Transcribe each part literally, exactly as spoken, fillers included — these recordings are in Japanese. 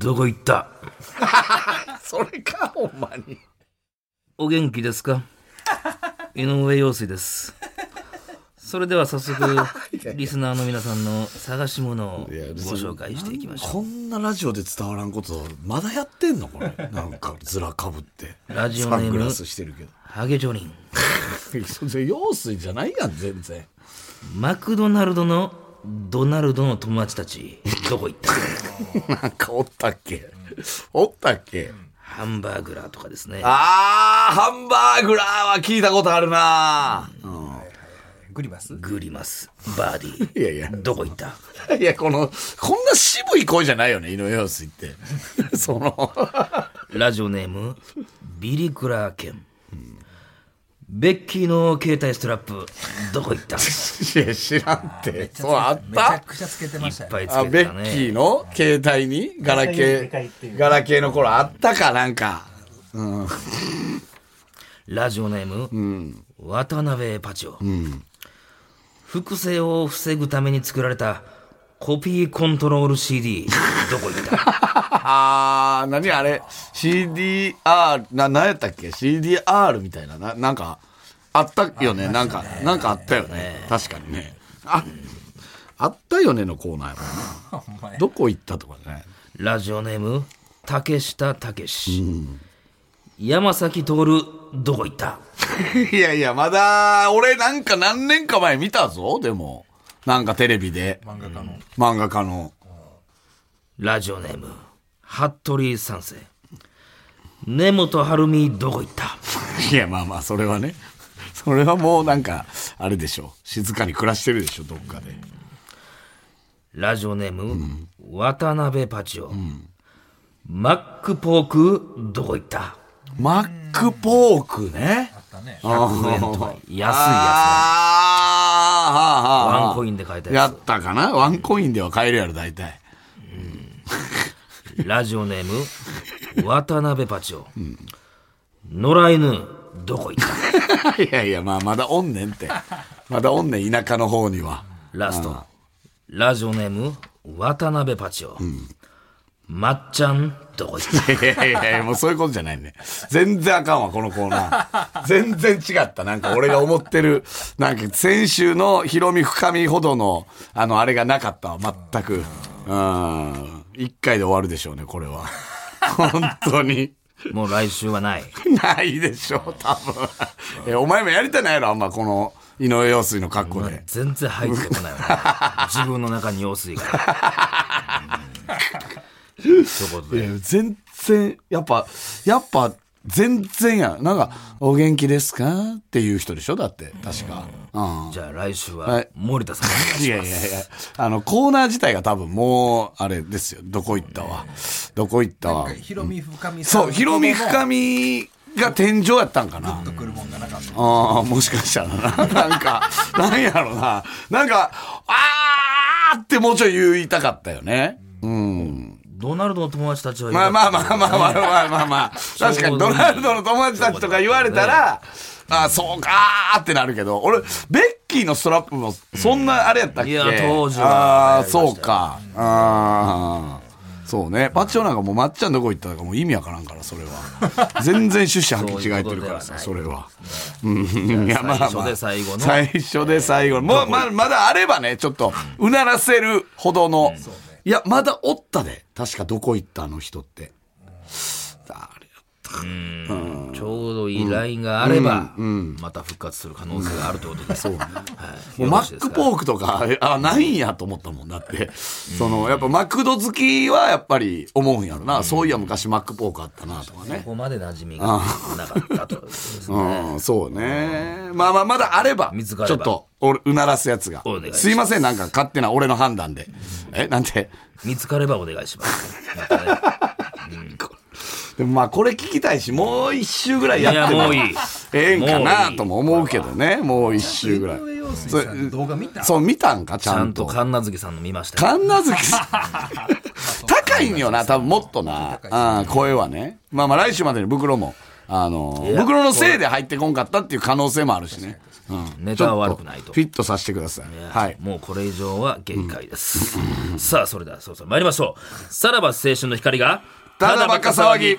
どこ行ったそれかほんまに。 お元気ですか井上陽水です。それでは早速リスナーの皆さんの探し物をご紹介していきましょう。 こんなラジオで伝わらんことまだやってんのこれ。なんかズラかぶってラジオネームサングラスしてるけどハゲジョリンそれ陽水じゃないやん全然。 マクドナルドのドナルドの友達たちどこ行ったなんかおったっけおったっけ。 ハンバーグラーとかですね。 あーハンバーグラーは聞いたことあるな、うんうん、 グリマスグリマスバーディーいやいやどこ行ったいやこのこんな渋い声じゃないよね井上陽水ってそのラジオネームビリクラーケン、うん、ベッキーの携帯ストラップどこ行ったいや知らんってそうあっためちゃくちゃつけてましたよ、ね、 いっぱいつけあベてたね。 ッキーの携帯にガラケーガラケーの頃あったかなんか、うん、 ラジオネーム、うん、渡辺パチオ、うん、複製を防ぐために作られたコピーコントロール シーディー どこ行ったあー何あれ シーディーアール な何やったっけ シーディーアール みたいなななんかあったよね。なんかなんかあったよね確かにね。ああったよねのコーナーやもんなどこ行ったとかね。 ラジオネーム竹下武史、うん、山崎徹どこ行ったいやいやまだ俺なんか何年か前見たぞ。でもなんかテレビで漫画家の漫画家のラジオネーム服部三世根本晴美どこ行ったいやまあまあそれはねそれはもうなんかあれでしょ静かに暮らしてるでしょどっかで。 ラジオネーム、うん、渡辺パチオ、うん、マックポークどこ行ったマックポークね。 あったね。 ひゃくえんとか安いやつ、ね、ワンコインで買えたやつやったかな。ワンコインでは買えるやろ大体、 うん、ラジオネーム渡辺パチオ、うん、野良犬どこ行ったいやいやまあまだおんねんってまだおんねん田舎の方には。 ラストラジオネーム渡辺パチオ、うん、まっちゃんどこ行ったいやいやいやもうそういうことじゃないね。全然あかんわこのコーナー全然違った。なんか俺が思ってるなんか先週のひろみ深みほどのあのあれがなかったわ全く。うん一回で終わるでしょうねこれは本当に。 もう来週はないないでしょう多分えお前もやりたないやろあんまこの井上陽水の格好で。 全然入ってこないわ、ね、自分の中に陽水がそういうことで全然やっぱやっぱ全然やなんかお元気ですかっていう人でしょだって確か、うんうん、 じゃあ来週は森田さんお願いします。 いやいやいやあのコーナー自体が多分もうあれですよどこ行ったわどこ行ったわひろみ深みさんそうひろみ深みが天井やったんかな。 グッとくるもんがなかった。 ああもしかしたらななんかなんやろななんかあーってもうちょい言いたかったよね。うん、うんドナルドの友達たちは、 まあまあまあまあまあまあまあまあ確かにドナルドの友達たちとか言われたらあそうかーってなるけど俺ベッキーのストラップもそんなあれやったっけ。 いや当時はああそうかああそうねパッチョなんかもうまっちゃんどこ行ったのかもう意味わからんからそれは全然趣旨履き違えてるからさそれはうんいやまあまあ最初で最後の最初で最後のもうままだあればねちょっとうならせるほどの、うんいやまだおったで確かどこ行ったあの人って誰やったかうんうんちょうどいいラインがあれば、うんうん、また復活する可能性があるということで、うん、そうね、はい、 もうマックポークとかあないんやと思ったもんだってそのやっぱマクド好きはやっぱり思うんやろな、うん、そういや昔マックポークあったなとかねここまで馴染みがなかったとですね、 うん、そうねまあまあまだあればちょっと俺うならすやつがすいませんなんか勝手な俺の判断で、うん、えなんて見つかればお願いしますまたね、うんでもまあこれ聞きたいしもう一周ぐらいやってもええんかなとも思うけどねもう一周ぐらい動画見たそう見たんかちゃんとちゃんと神奈月さんの見ました神奈月さん高いんよな多分もっとなあ声はねまあまあ来週までに袋もあの、 いや袋のせいで入ってこんかったっていう可能性もあるしね。うん。 ネタは悪くないと。 フィットさせてください。はい。 もうこれ以上は限界です。さあ、それでは、そうそう、参りましょう。さらば青春の光が、 ただバカ騒ぎ。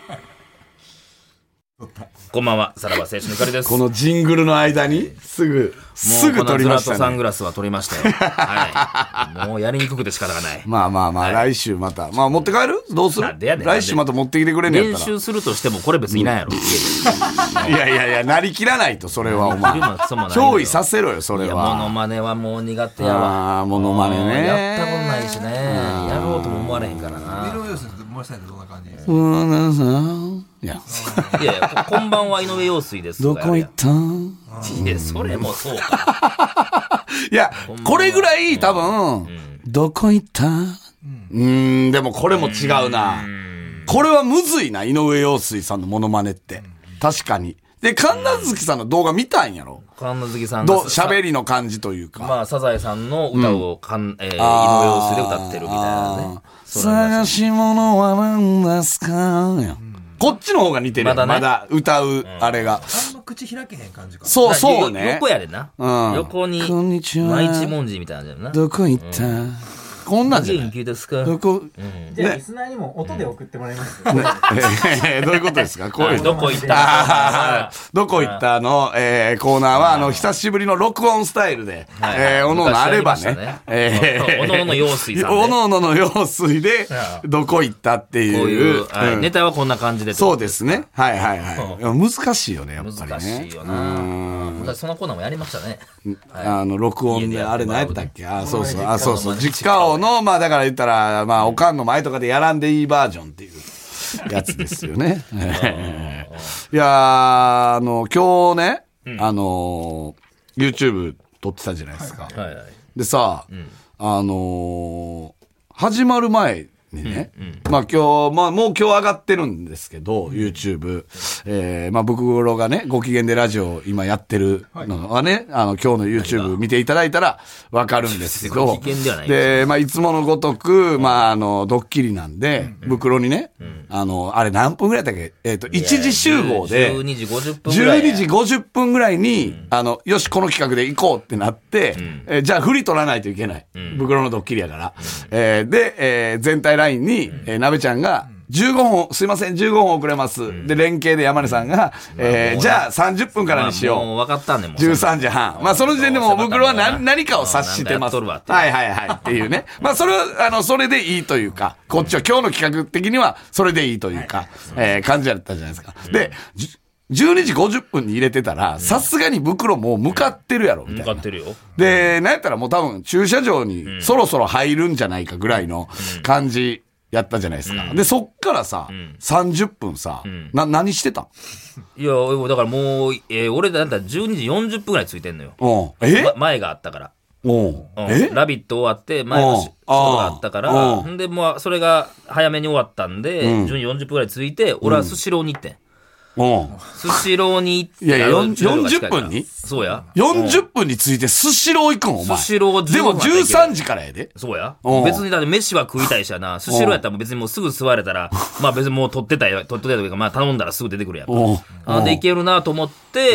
こんばんは、さらば青春の光です。 このジングルの間に、すぐ、すぐ撮りましたね。 もうこのズラとサングラスは撮りましたよ。はい。もうやりにくくて仕方がない。 まあまあまあ、来週また。まあ持って帰るどうする来週また持ってきてくれんねやったら。 練習するとしても、これ別にいないやろ。 いやいやいや、なりきらないと、それはお前。憑依させろよ、それは。 モノマネはもう苦手やわ。 ああ、モノマネね。 やったことないしね。やろうとも思われへんからな。 井上陽水って漏らしたいってどんな感じ？ うーん、なんさいや。 いやいや、こんばんは井上陽水です。 どこ行ったん？ いや、それもそうか。 いや、これぐらい多分、どこ行ったん？うーん、でもこれも違うな。これはむずいな、井上陽水さんのモノマネって。確かに。で、神奈月さんの動画見たんやろ？ 神奈月さんど喋りの感じというか。 まあ、サザエさんの歌をかん、えー、井上陽水で歌ってるみたいなね。 探し物は何ですか？こっちの方が似てるよ。まだ、ね、まだ歌う、あれが。 あんま口開けへん感じか。 そうそうね。 横やでな。うん。横に、 こんにちは。 毎日文字みたいなじゃな。 どこ行った、うん、こんなんじゃない。 元気ですか？ どこ、 うん、じゃあリスナーにも音で送ってもらいます。 ねえー、どういうことですか？こういう。 どこ行ったどこ行ったの、えー、コーナーは、あの、久しぶりの録音スタイルで、はい、えー、おのおのあればね。ねえー、おのおのの陽水さんで。 おのおのの陽水で、どこ行ったっていう。 こういう、はいうん、ネタはこんな感じで。 そうですね。はいはいはい。難しいよね、やっぱりね。 難しいよな。昔そのコーナーもやりましたね。 はい、あの、録音で、あれ何やったっけ？あ、そうそう、あ、そうそう。実家王の、まあだから言ったら、まあ、おかんの前とかでやらんでいいバージョンっていうやつですよね。いやー、あの、今日ね、うん、あの、YouTube 撮ってたじゃないですか。はいはい、でさ、うん、あのー、始まる前にね、うんうん、まあ今日、まあもう今日上がってるんですけど、YouTube、えー、まあ僕がね、ご機嫌でラジオ今やってるのはね、あの今日の YouTube 見ていただいたらわかるんですけど、 ご機嫌ではないで、まあいつものごとく、まああの、ドッキリなんで、袋にね、あの、あれ何分ぐらいだったっけ？えっと、一時集合で、 じゅうにじごじゅっぷんぐらい。 じゅうにじごじゅっぷんぐらいに、あの、よし、この企画で行こうってなって、えじゃあ振り取らないといけない。袋のドッキリやから。えで、え全体ラインに、えー、なべちゃんが、じゅうごふん、すいません、じゅうごふん遅れます。うん、で、連携で山根さんが、えー、じゃあさんじゅっぷんからにしよう。まあ、 もう分かったんね、もう。 じゅうさんじはん。まあ、その時点でもう袋は何何かを察してます。はいはいはい。っていうね。まあ、それは、あの、それでいいというか、こっちは今日の企画的には、それでいいというか、えー、感じだったじゃないですか。で、じゅうにじごじゅっぷんに入れてたら、さすがに袋もう向かってるやろ、みたいな。 向かってるよ。 で、なんやったらもう多分駐車場にそろそろ入るんじゃないかぐらいの感じやったじゃないですか。うん、で、そっからさ、うん、さんじゅっぷんさ、うん、な、何してたん？ いや、だからもう、えー、俺だったらじゅうにじよんじゅっぷんぐらいついてんのよ。 うん。え、 ま、前があったから。 うん。えラビット終わって、前の仕事があったから、んで、もう、それが早めに終わったんで、うん、じゅうにじよんじゅっぷんぐらいついて、俺はスシローに行ってん。 うん。 スシローに行って。 いやいや、よんじゅっぷんにそうや。 よんじゅっぷんについてスシロー行くんお前。 スシローでもじゅうさんじからやで。 そうや。別にだって飯は食いたいしやな。スシローやったら別にもうすぐ座れたら、まあ別にもう取ってたよ、取ってたというか、まあ頼んだらすぐ出てくるやん。あで、いけるなと思って、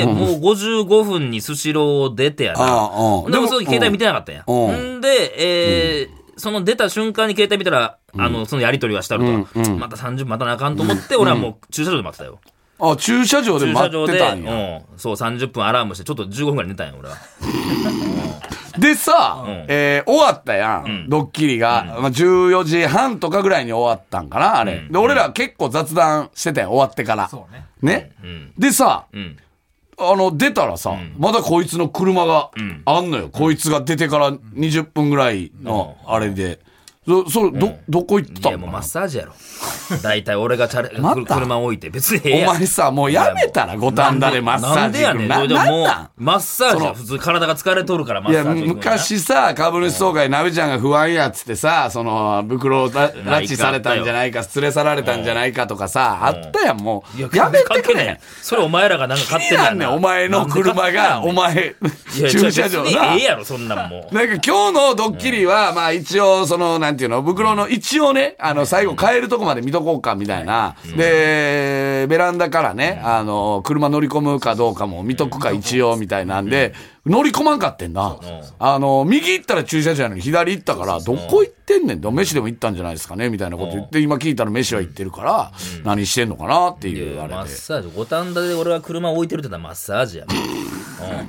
もうごじゅうごふんにスシロー出てやな。でもその携帯見てなかったんや。んで、えー、その出た瞬間に携帯見たら、あの、そのやりとりはしたると。またさんじゅっぷん待たなあかんと思って、俺はもう駐車場で待ってたよ。 あ、駐車場で待ってたんや。 うん。そう、さんじゅっぷんアラームして、ちょっとじゅうごふんぐらい寝たんや、俺は。 でさ、うん、えー、終わったやん、うん、ドッキリが。うん、まあ、じゅうよじはんとかぐらいに終わったんかな、あれ。うん、で、俺ら結構雑談してたやん、終わってから。 そうね。 ね。うん、でさ、うん、あの、出たらさ、うん、まだこいつの車があんのよ。うん、こいつが出てからにじゅっぷんぐらいの、あれで。そ、それ、ど、どこ行ったの？ いや、もうマッサージやろ。大体俺がチャレ、車置いて、別にええやん。 お前さ、もうやめたら、五反田でマッサージ。 なんでやねん。でももう、マッサージは普通体が疲れとるからマッサージ。 いや、昔さ、株主総会、なべちゃんが不安やっつってさ、その、袋を拉致されたんじゃないか、連れ去られたんじゃないかとかさ、あったやん、もう。やめてくれ。 それお前らがなんか勝手なんねん、お前の車が、お前、駐車場な。 ええやろ、そんなんもう。 なんか今日のドッキリは、まあ一応、その、なんなんていうの、袋の一応ね、あの、最後帰るとこまで見とこうか、みたいな。で、ベランダからね、あの、車乗り込むかどうかも見とくか、一応、みたいなんで、乗り込まんかってんな。あの、右行ったら駐車場やのに左行ったから、どこ行ってんねんと、飯でも行ったんじゃないですかねみたいなこと言って、今聞いたら飯は行ってるから、何してんのかなっていうあれで。 マッサージ、五反田で俺は車置いてるって言ったらマッサージやもん。うん、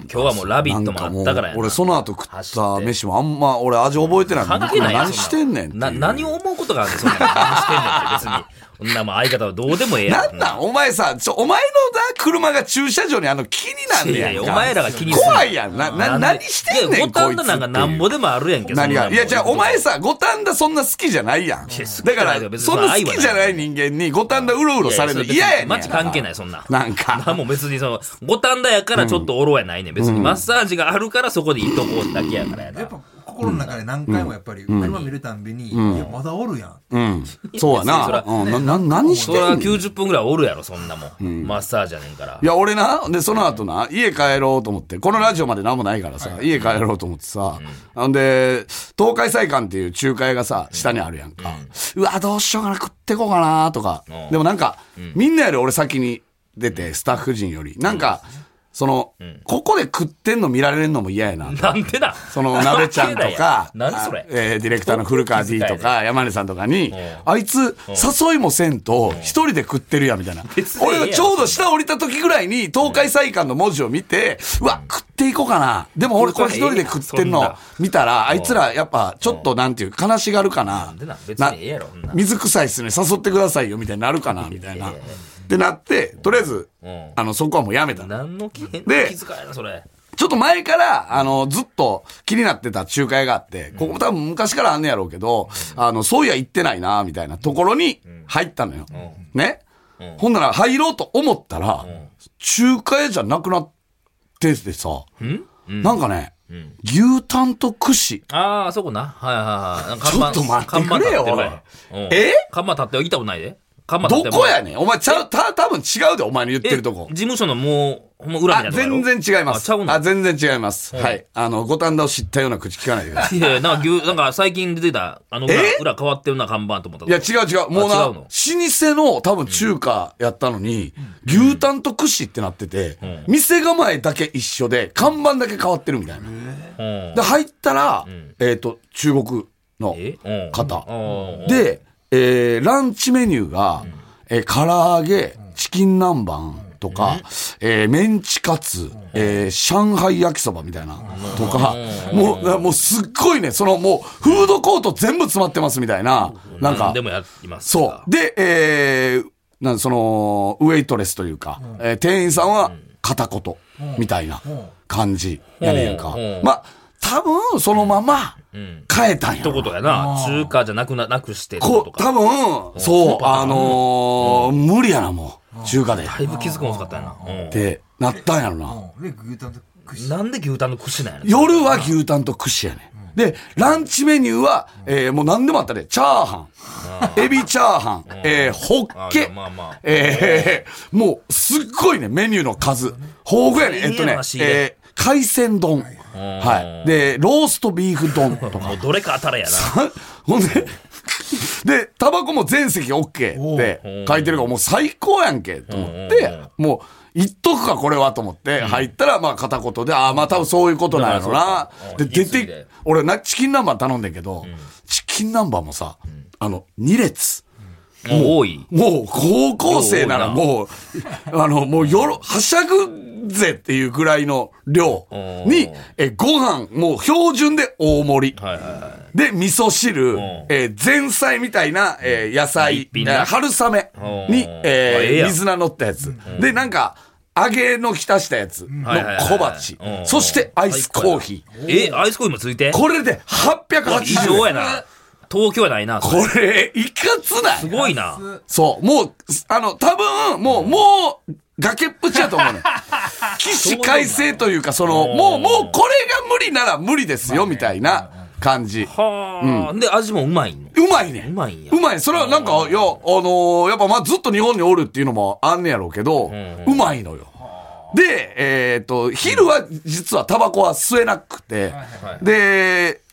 今日はもうラビットもあったからやな。 俺その後食った飯もあんま俺味覚えてない。 関係ないやん。 何してんねんってな何を思うことがあるんそんな何してんねんって別に。そんなもう相方はどうでもええやん。 なんなんお前さ、ちょ、お前のな、車が駐車場にあの、気になんねやんか。 いやいやお前らが気にする。 怖いやん。な、な、何してんねん、 五反田なんかなんぼでもあるやんけ。 何が。いや、じゃあ、お前さ、五反田そんな好きじゃないやん。だから、そんな好きじゃない人間に五反田うろうろされるの嫌やねん。 街関係ない、そんな。 なんか。 なんも別にその、五反田やからちょっとおろやないねん。別にマッサージがあるからそこでいっとこうだけやからやな。 やっぱ心の中で何回もやっぱり車見るたんびに、いや、まだおるやん。 うん。そうやな。うん。な、な、何してんの？ それはきゅうじゅっぷんぐらいおるやろ、そんなもん。マッサージやねんから。 いや、俺な、で、その後な、家帰ろうと思って、このラジオまで何もないからさ、家帰ろうと思ってさ、んで、東海菜館っていう中華屋がさ、下にあるやんか。うわ、どうしようかな、食ってこうかな、とか。でもなんか、みんなより俺先に出て、スタッフ陣より。なんか、その、うん、ここで食ってんの見られるのも嫌やな。 なんでだその、なべちゃんとか、 何それえー、ディレクターの古川 D とか、山根さんとかに、あいつ、誘いもせんと、一人で食ってるやん、みたいな。俺がちょうど下降りた時ぐらいに、東海菜館の文字を見て、うわ、食っていこうかな。でも俺これ一人で食ってんの見たら、あいつらやっぱ、ちょっとなんていう、悲しがるかな。 な、 水臭いっすね、誘ってくださいよ、みたいになるかな、みたいな。ってなって、とりあえず、うん、あの、そこはもうやめた。 何の気遣いな、それ。 ちょっと前から、あの、ずっと気になってた中華屋があって、ここ多分昔からあんねやろうけど、うん、あの、そういや行ってないな、みたいなところに入ったのよ。うん、ね、うん、ほんなら入ろうと思ったら、うん、中華屋じゃなくなっててさ、うんうん、なんかね、うん、牛タンと串。 ああ、そこな。はいはいはい。 ちょっと待ってくれよ、俺。 え看板立って行ったことないで。 どこやねんお前ちゃう、た、多分違うで、お前の言ってるとこ。 事務所のもう、もう裏みたいなとこ。 全然違います。 あ、ちゃうの？ あ、全然違います。はい。あの、五反田を知ったような口聞かないでください。 いやいや、なんか牛、なんか最近出てた、あの裏、裏変わってるな看板と思った。 いや、違う違う。もうな、老舗の多分中華やったのに、牛タンと串ってなってて、店構えだけ一緒で、看板だけ変わってるみたいな。で、入ったら、えっと、中国の方。で、えー、ランチメニューが、えー、唐揚げ、チキン南蛮とか、えー、メンチカツ、えー、上海焼きそばみたいな、とか、もう、もうすっごいね、そのもう、フードコート全部詰まってますみたいな、なんか、 でもやります。 そう。で、えー、なんその、ウェイトレスというか、えー、店員さんは片言、みたいな感じやねんか。まあ、多分、そのまま、変えたんや。 ってことやな。中華じゃなくな、なくしてこう、多分、そう、あのー、無理やな、もう。中華で。 だいぶ気づくも遅かったやな。 ってなったんやろな。 なんで牛タンと串なんやろ。 夜は牛タンと串やね。で、ランチメニューは、えー、もう何でもあったね。チャーハン、エビチャーハン、えー、ホッケ、えー、もう、すっごいね、メニューの数。豊富やね。えっとね、えー、海鮮丼。はい。で、ローストビーフ丼とか。 もうどれか当たれやな。 ほんで、で、タバコも全席 OK って書いてるからもう最高やんけと思って、もう、言っとくかこれはと思って入ったら、まあ片言で、ああまあ多分そういうことなんやろな。で、出て、俺な、チキン南蛮頼んでんけど、チキン南蛮もさ、あの、に列。 もう多い。 もう高校生ならもう、あの、もうよろ、はしゃぐぜっていうぐらいの量に、え、ご飯、もう標準で大盛り。はいはいはい、で、味噌汁、えー、前菜みたいな、えー、野菜、春雨に、えー、水菜乗ったやつ。で、なんか、揚げの浸したやつの小鉢。そしてアイスコーヒー。え、アイスコーヒーもついてこれではっぴゃくはちじゅうえん。 異常やな。東京やないな。 これ、いかつない。 すごいな。 そう。もう、あの、多分、もう、もう、崖っぷちやと思うね。起死回生というか、その、もう、もう、これが無理なら無理ですよ、みたいな感じ。 はあ、うん。で、味もうまいの？ うまいね。 うまいんや。 うまい。それはなんか、いや、あのー、やっぱまあずっと日本におるっていうのもあんねやろうけど、うまいのよ。で、えっと、昼は実はタバコは吸えなくて、で、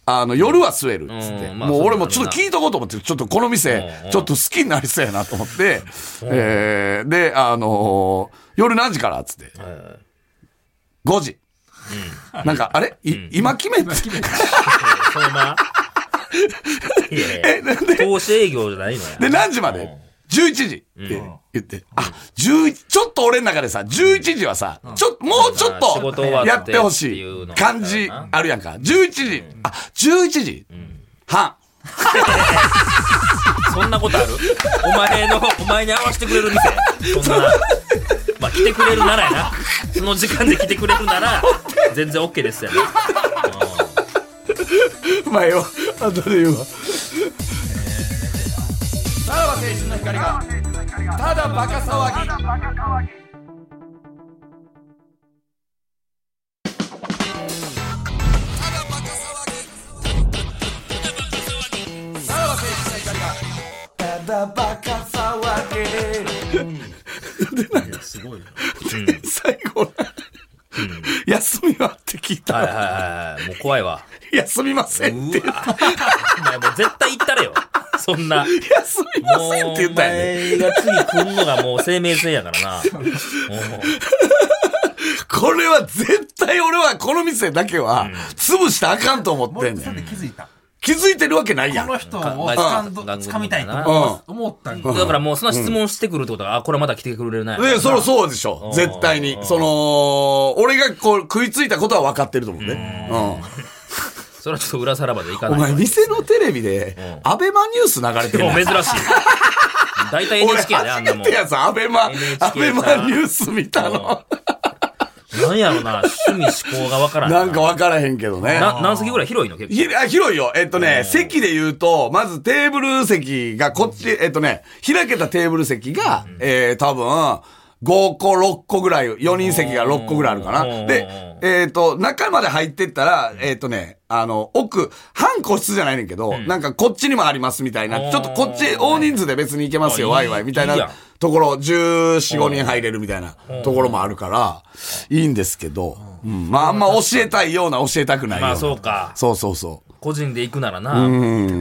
あの、夜は吸えるっつって。 うんまあもう俺もちょっと聞いとこうと思って、ちょっとこの店、ちょっと好きになりそうやなと思って、えー、で、あのー、夜何時からっつって。ごじ。うん、なんか、あれい、うん、今決めて。そのまいやいやえ、なんで投資営業じゃないのよ。 で、何時まで ?じゅういち 時って言って。うん、あ、じゅういち、ちょっと俺の中でさ、じゅういちじはさ、うん、ちょ、もうちょっとやってほしい感じあるやんか。じゅういちじ、あ、じゅういちじはん。 そんなことある？お前の、お前に合わせてくれる店。そんな。まあ来てくれるならやな。その時間で来てくれるなら、全然 OK ですよね。 まあよ、後で言うわ。さらば青春の光が、ただバカ騒ぎ。バカ騒ぎすごいな、 うん、最後、うん、休みはって聞いたはいはいはい、もう怖いわ休みませんって言ったお前もう絶対言ったれよそんな休みませんって言ったよね。 お前が次来んのがもう生命線やからなこれは絶対俺はこの店だけは潰したらあかんと思ってんねん。 森田さんで気づいた気づいてるわけないやん。 この人を掴みたいと思ったんだ。 だからもうその質問してくるってことは、あ、これまだ来てくれるな。 え、そろそうでしょ。絶対に。その、俺がこう食いついたことは分かってると思うね。うん。 それはちょっと裏さらばでいかない。 お前、店のテレビで、アベマニュース流れてるもう珍しい。大体 エヌエイチケー やで、あんなもん。 俺初めてやつ、アベマ、アベマニュース見たの。 なんやろな、趣味思考がわからんな。 なんかわからへんけどね。 な、何席ぐらい広いの結構。 ひ広いよ。えっとね、席で言うと、まずテーブル席がこっち、えっとね、開けたテーブル席が、えー、多分、ごこ、ろっこぐらい、よにん席がろっこぐらいあるかな。で、えっと、中まで入ってったら、えっとね、あの、奥、半個室じゃないねんけど、なんかこっちにもありますみたいな、ちょっとこっち大人数で別に行けますよ、ワイワイみたいなところ、じゅうよん、ごにん入れるみたいなところもあるから、いいんですけど、うん、まああんま教えたいような教えたくないような。 まあそうか。 そうそうそう。 個人で行くならな。うん。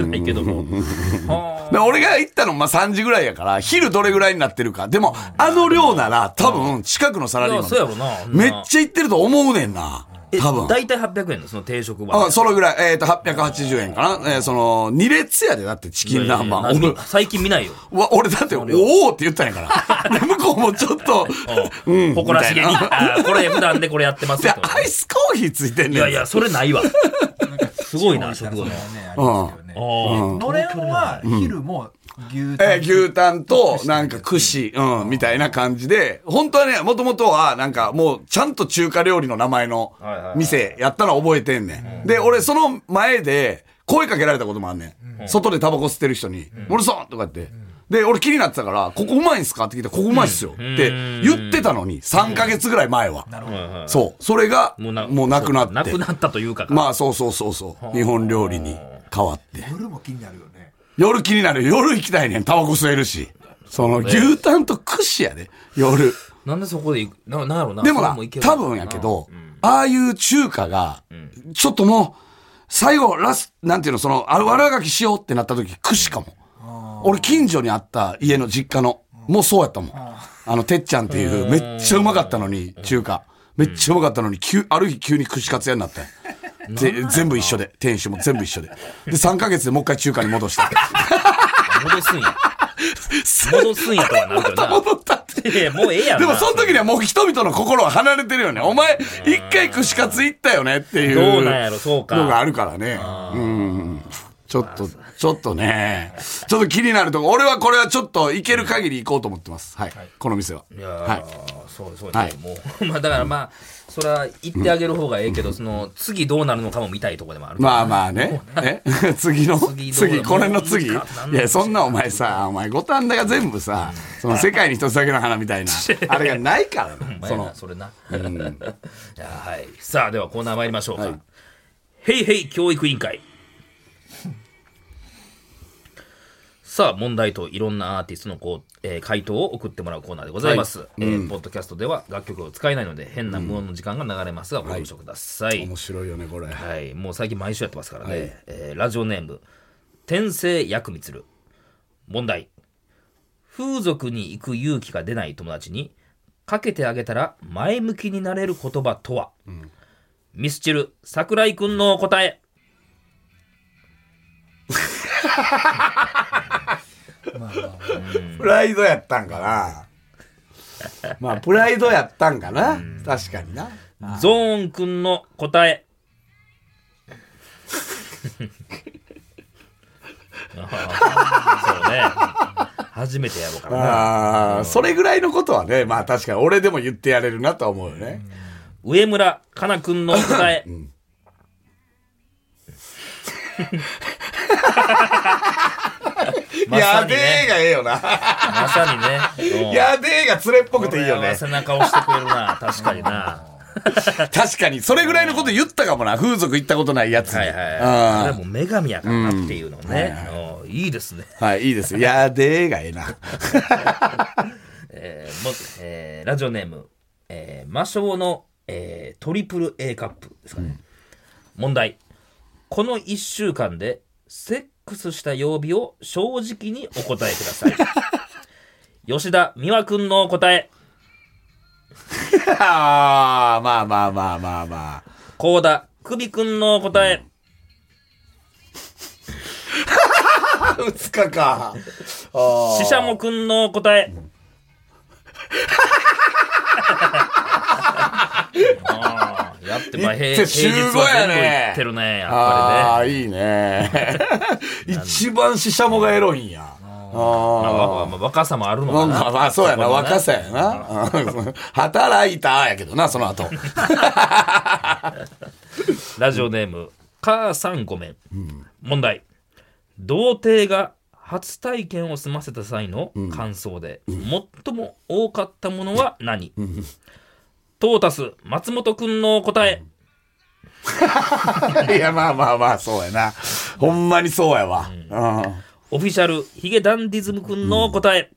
ないけども。 で俺が行ったのまあさんじぐらいやから、昼どれぐらいになってるか。でも、あの量なら多分近くのサラリーマン。 そうやろな。 めっちゃ行ってると思うねんな。多分。 だいたいはっぴゃくえんのその定食は。 あ、それぐらい。えっと、はっぴゃくはちじゅうえんかな。えー、その、に列やで、だってチキン南蛮。 最近見ないよ。 わ、俺だって、おーって言ったんやから。向こうもちょっと、 うん。誇らしげに。あ、これ普段でこれやってますよ。アイスコーヒーついてんねん。 いやいや、それないわ。すごいな、食後の。 うん。のれんは、昼も、 牛タン。えー、牛タンと、なんか串、うん、みたいな感じで、本当はね、もともとは、なんかもう、ちゃんと中華料理の名前の店やったの覚えてんねん。で、俺その前で、声かけられたこともあんねん。外でタバコ吸ってる人に、森さんとか言って。で、俺気になってたから、ここうまいんすかって聞いたら、ここうまいっすよ。って言ってたのに、さんかげつぐらい前は。そう。それが、もうなくなって。 なくなったというか。 まあ、そうそうそうそう。日本料理に変わって。 夜も気になるよね。 夜気になる。夜行きたいねん。タバコ吸えるし。その、牛タンと串やで。夜。 なんでそこで行くな、なんやろな。 でもな、多分やけど、ああいう中華が、ちょっともう、最後、ラス、なんていうの、その、ある悪あがきしようってなった時、串かも。俺、近所にあった家の実家の、もうそうやったもん。あの、てっちゃんっていう、めっちゃうまかったのに、中華。めっちゃうまかったのに、急、ある日急に串カツ屋になったよ。全部一緒で、店主も全部一緒で。で、さんかげつでもう一回中華に戻した。 戻すんや。戻すんやとはなるけどな。 戻ったって。 いや、もうええやん。 でもその時にはもう人々の心は離れてるよね。お前、一回串カツ行ったよねっていう。 どうなんやろ、そうか。 のがあるからね。うん。ちょっと、ちょっとね、ちょっと気になるとこ、俺はこれはちょっと行ける限り行こうと思ってます。はい。この店は。 いやー、そうそうね。もう、まあだからまあ、それは言ってあげる方がええけど、その、次どうなるのかも見たいとこでもある。 まあまあね。え次の次、これの次いや、そんなお前さ、お前、五反田が全部さ、その世界に一つだけの花みたいな、あれがないからね。その、それな。いや、はい。さあ、ではコーナー参りましょうか。へいへい教育委員会。 さあ、問題といろんなアーティストのこう、えー回答を送ってもらうコーナーでございます。 はいえーポッドキャストでは楽曲を使えないので、変な無音の時間が流れますが、ご了承ください。 面白いよねこれ。 はい、もう最近毎週やってますからね。 はいえーラジオネーム、天聖薬味つる。問題。風俗に行く勇気が出ない友達に、かけてあげたら前向きになれる言葉とは、ミスチル、桜井くんの答え。 プライドやったんかな。まあプライドやったんかな。確かにな。 ゾーンくんの答え。そうね。初めてやろうからな。 ああ、それぐらいのことはね、まあ確かに俺でも言ってやれるなとは思うよね。 上村かなくんの答え。まさやでにねーがええよな。 まさにね。うんやでーが連れっぽくていいよね。 背中押してくれるな。確かにな。 確かに、それぐらいのこと言ったかもな。風俗行ったことないやつに。 はいはい。 ああれもう女神やからなっていうのね。うんいいですね。 ーはい、いいですよ。やでーがええな。 えーもえーラジオネーム、えー魔性の、えートリプル A カップですかね。問題。このいっしゅうかんでセックスした曜日を正直にお答えください。吉田美和くんの答え。 ああ、まあまあまあまあまあ。 高田久美くんの答え。 ふつかか。あししゃもくんの答え。あーやってまあ平平日週ごは全部やね行ってるねやっあぱあ、いいね。一番ししゃもがエロいんや。 りね。まあわまあ若さもあるのかな。 なんかまあそうやな、 そこのね若さやな。うん働いたやけどな、その後。 ラジオネーム母さんごめん。問題。童貞が初体験を済ませた際の感想で、最も多かったものは何？トータス松本くんの答え。 いや、まあまあまあ、そうやな。ほんまにそうやわ。うんオフィシャルヒゲダンディズムくんの答え。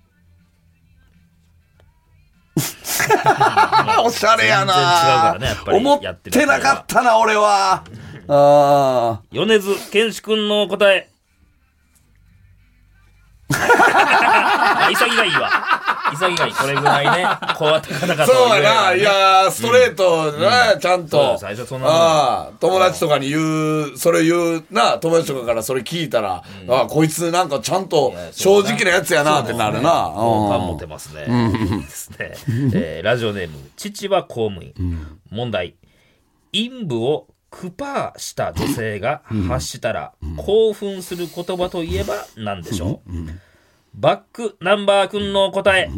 おしゃれやな。 全然違うからねやっぱり思っやってるてなかったな、俺は。あ米津玄師くんの答え。あ潔がいいわ。潔がいい。これぐらいね。こうやってカタカタとそうやな。 言えるいやー、ストレートな、ちゃんそうと。 最初そんなもんああ、友達とかに言う、それ言うな、友達とかからそれ聞いたら、ああ、こいつなんかちゃんと正直なやつやなってなるな。 好感持うんてますね。いいですね。えーラジオネーム、父は公務員。問題。陰部をクパーした女性が発したら興奮する言葉といえば何でしょう？バックナンバーくんの答え。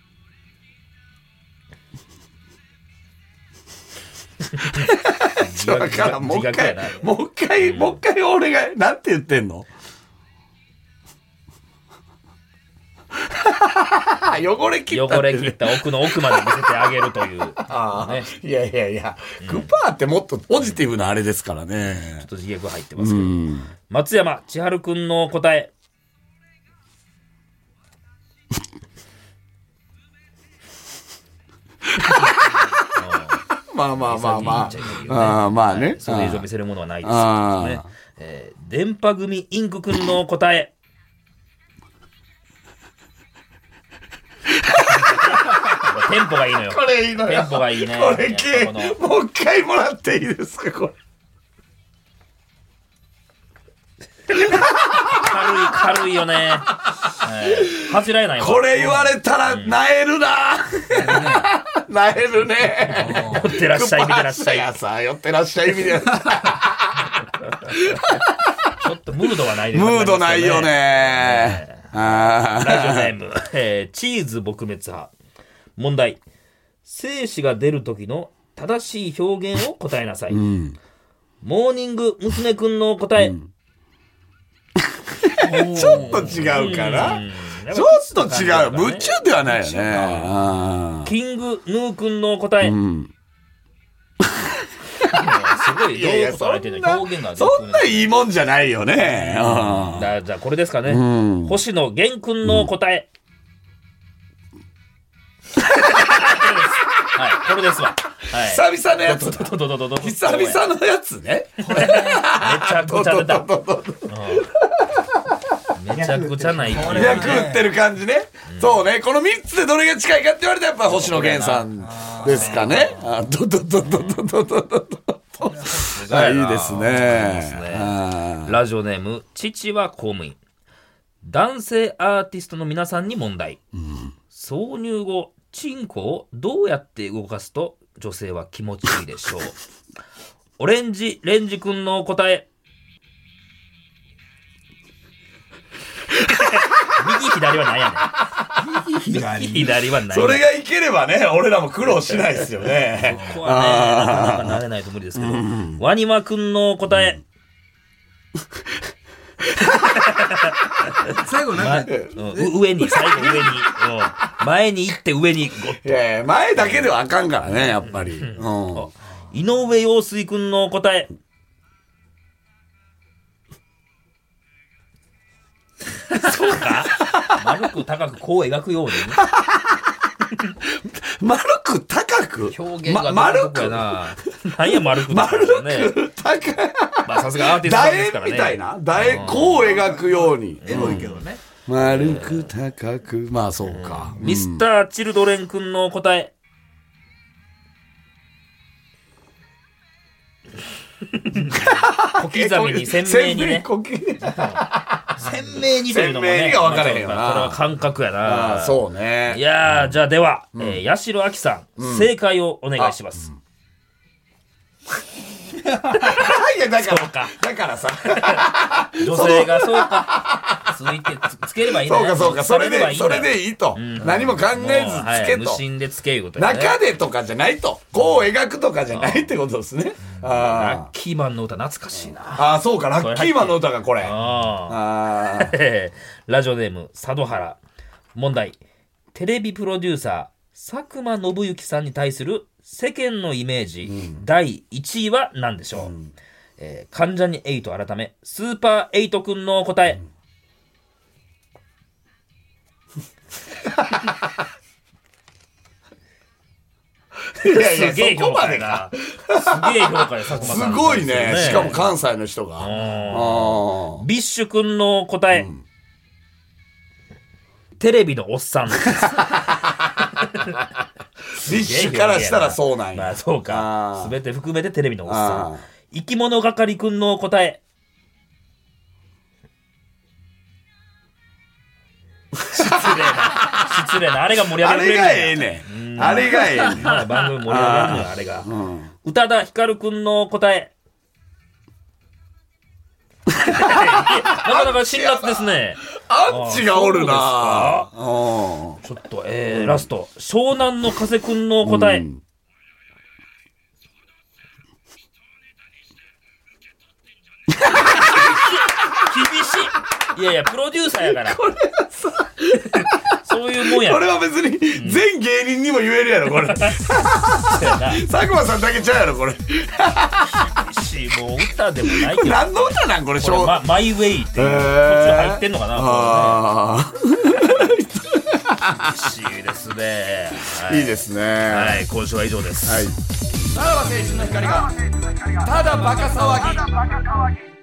ちょわからん。もう一回自覚やな、 もう一回、もう一回俺が、なんて言ってんの？汚れ切ったって。 汚れ切った奥の奥まで見せてあげるという。 ああね。 いやいやいや、クパーってもっとポジティブなあれですからね。 ちょっと自虐入ってますけど。松山千春くんの答え。 まあまあまあま潔いっちゃいいよねあ。あーまあね。 それ以上見せるものはないですあーよね。えー電波組インクくんの答え。テンポがいいのよ。 これいいのよ。 テンポがいいね。 これ系、 やっぱこのもう一回もらっていいですか、これ。 軽い、軽いよね。えー恥じらえないわ。 これ言われたら、なえるな。なえるね。 寄ってらっしゃい、見てらっしゃい。 やさ、寄ってらっしゃい、見てらっしゃちょっとムードはないい。 ですムードないよね。あラジオネーム、えーチーズ撲滅派。問題。精子が出る時の正しい表現を答えなさい。モーニング娘。くんの答え。 ーちょっと違うかな。ちょっと違う。夢中ではないよね。あキングヌーくんの答え。 ーうんもうすごごい、どういうこと相手の表現がそんないいもんじゃないよね。うん。 だじゃあこれですかね。 ん星野源くんの答え。はい、これですわ。はい。 久々のやつ。 どどどどどどど久々のやつね。 めちゃくちゃ出た。めちゃくちゃない。 役打ってる感じね。そうね。このみっつでどれが近いかって言われたらやっぱ星野源さんですかね。あ、ドドドドドドドドド。あ、いいですね。 ラジオネーム、父は公務員。男性アーティストの皆さんに問題。挿入後、チンコをどうやって動かすと女性は気持ちいいでしょう。オレンジレンジ君の答え。右左は何やねん。右左は何やねん。 それがいければね、俺らも苦労しないですよね。 ここはね、なかなかなれないと無理ですけど。ワニマ君の答え。 最後なんか、 まうん、上に、最後上に、うん、前に行って上にゴッと。 いやいや、前だけではあかんからね、やっぱり。うん、 井上陽水君の答え。そうか丸く高くこう描くように丸く高く表現が丸くな。何や丸く丸くね。 高くまあさすがアーティストさんですからね。 楕円みたいな楕円こう描くように。 エロいけどね。 丸く高く。まあそうか。 ミスターチルドレン君の答え。小刻みに鮮明にね。鮮明にというのもね。 鮮明にが分からへんよな。 これは感覚やな。 あ、そうね。 いやー、じゃあでは、うん、えー、八代亜紀さん、うん、正解をお願いします。 いや、だから、 かだからさ。 女性がそうか。ついてつ、つければいいんだそうかそうか、それで、それでいいと。うん、何も考えずつけと。はい、 無心でつけいうことね。 中でとかじゃないと。こう描くとかじゃないってことですね。 あラッキーマンの歌懐かしいな。 ああ、そうか、ラッキーマンの歌がこれ。 ああ。ラジオネーム、佐渡原。問題。テレビプロデューサー、佐久間信之さんに対する世間のイメージ、うん、だいいちいは何でしょう、うんえー、関ジャニエイト改めスーパーエイトくんの答え、 うん、いやいやすげえ評価やな。すげえ評価や佐久間さん、 すごいね。しかも関西の人が。 ビッシュくんの答え、うん、テレビのおっさん。 ビッシュからしたらそうなんや。 まあそうか。すべて含めてテレビのおっさん。生き物係くんの答え。失礼な。失礼な。あれが盛り上げてくれる。 あれがええねん。あれがええねん。 まあ番組盛り上げるのよ、あれが。宇多田ヒカルくんの答え。なかなか辛辣ですね。 アンチがおるな。 ちょっと、えーうん、ラスト。湘南の風くんの答え。うん、厳しい。いやいや、プロデューサーやから。 これはさ、 そういうもんやろ。 これは別に全芸人にも言えるやろ、これ。佐久間さんだけちゃうやろ、これ。 厳しい。もう歌でもないけど。 何の歌なんこれ、 これ、ま、マイウェイっていう、えー、途中入ってんのかな、あ厳しいですね、 はい。いいですね。 はい、今週は以上です。 はい。さらば青春の光が、ただバカ騒ぎ。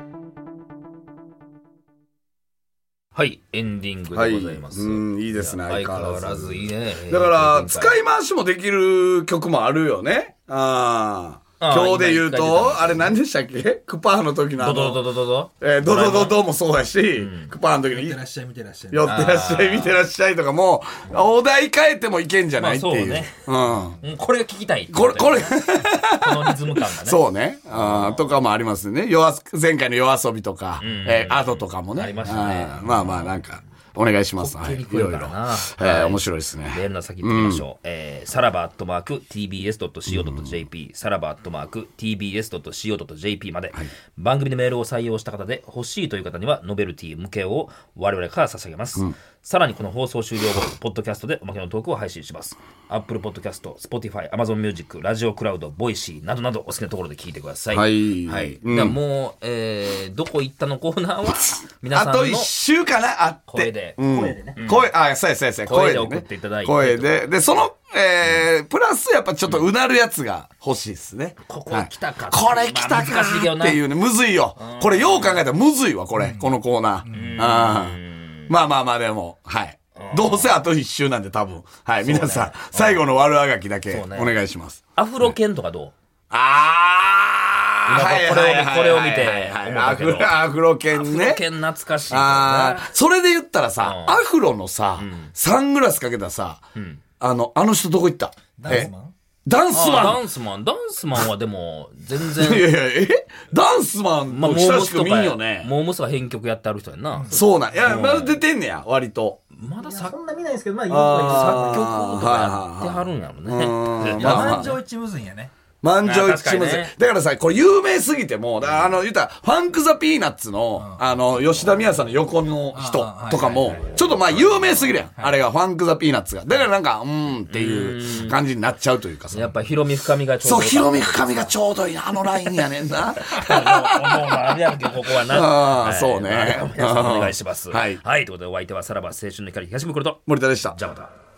はい、エンディングでございます。 はい、うん、いいですね。 相変わらずいいね。 だから、使い回しもできる曲もあるよね。ああ。今日で言うと、あれ何でしたっけクパーの時のあの。 ドドドドドドえー、ドドドドもそうやし、クパーの時に。 寄ってらっしゃい、見てらっしゃい。 寄ってらっしゃい、見てらっしゃいとかも、お題変えてもいけんじゃないっていう。 そうね。うん。これが聞きたい。 これ、これ。 このリズム感がね。 そうね。あとかもありますね。夜前回の夜遊びとか、え、アドとかもね。 ありましたね。 まあまあなんか。 お願いします。 滑稽に聞こえるからな。 はい、いろいろ。えー、面白いですね。 メールの先行ってみましょう。うん、えー、さらばアットマーク ティービーエスドットシーオードットジェーピー、さらばアットマーク ティービーエスドットシーオードットジェーピー まで、はい、番組でメールを採用した方で欲しいという方にはノベルティ向けを我々から差し上げます。うん、さらにこの放送終了後、ポッドキャストでおまけのトークを配信します。Apple Podcast、Spotify、Amazon Music、ラジオクラウド、ボイシーなどなどお好きなところで聞いてください。はい。はい。うん、もう、えー、どこ行ったのコーナーは皆さんのあと一週かなあって。 声で。 うん、 声でね。 声、あ、そうやそうやそうや。 声で送っていただいて。 声で。で、その、えー、プラスやっぱちょっとうなるやつが欲しいですね。 ここ来たか、 はい。これ来たかっていうね、むずいよ。これよう考えたらむずいわ、これ。このコーナー。あまあまあまあでも、はい。どうせあと一周なんで多分。はい。皆さん、最後の悪あがきだけお願いします。 アフロ犬とかどう？ あー。 これを、これを見てアフロ、アフロ犬ね。 アフロ犬懐かしい。 あー。それで言ったらさ、アフロのさ、サングラスかけたさ、あの、あの人どこ行った？ ダンスマン？ ダンスマンダンスマンダンスマンはでも、全然。 いやいや、えダンスマンと親しく見んよね。 モームスが編曲やってある人やんな。 そうなん。いや、まだ出てんねや、割と。 まだそんな見ないんですけど、まあ、 作曲とかやってはるんやろね。 満場一致むずいんやね。 満場一致むずい。だからさ、これ有名すぎても、あの、言ったら、ファンクザピーナッツの、あの、吉田美和さんの横の人とかも、ちょっとまあ有名すぎるやん。あれが、ファンクザピーナッツが。だからなんか、うーんっていう感じになっちゃうというかさ。 やっぱ、ヒロミ深みがちょうどいい。 そう、ヒロミ深みがちょうどいいな。あのラインやねんな。 もう、あれやるけど、ここはな。 ああ、そうね。 皆さんお願いします。 はい。 はい。ということで、お相手はさらば青春の光東袋と森田でした。 じゃあまた。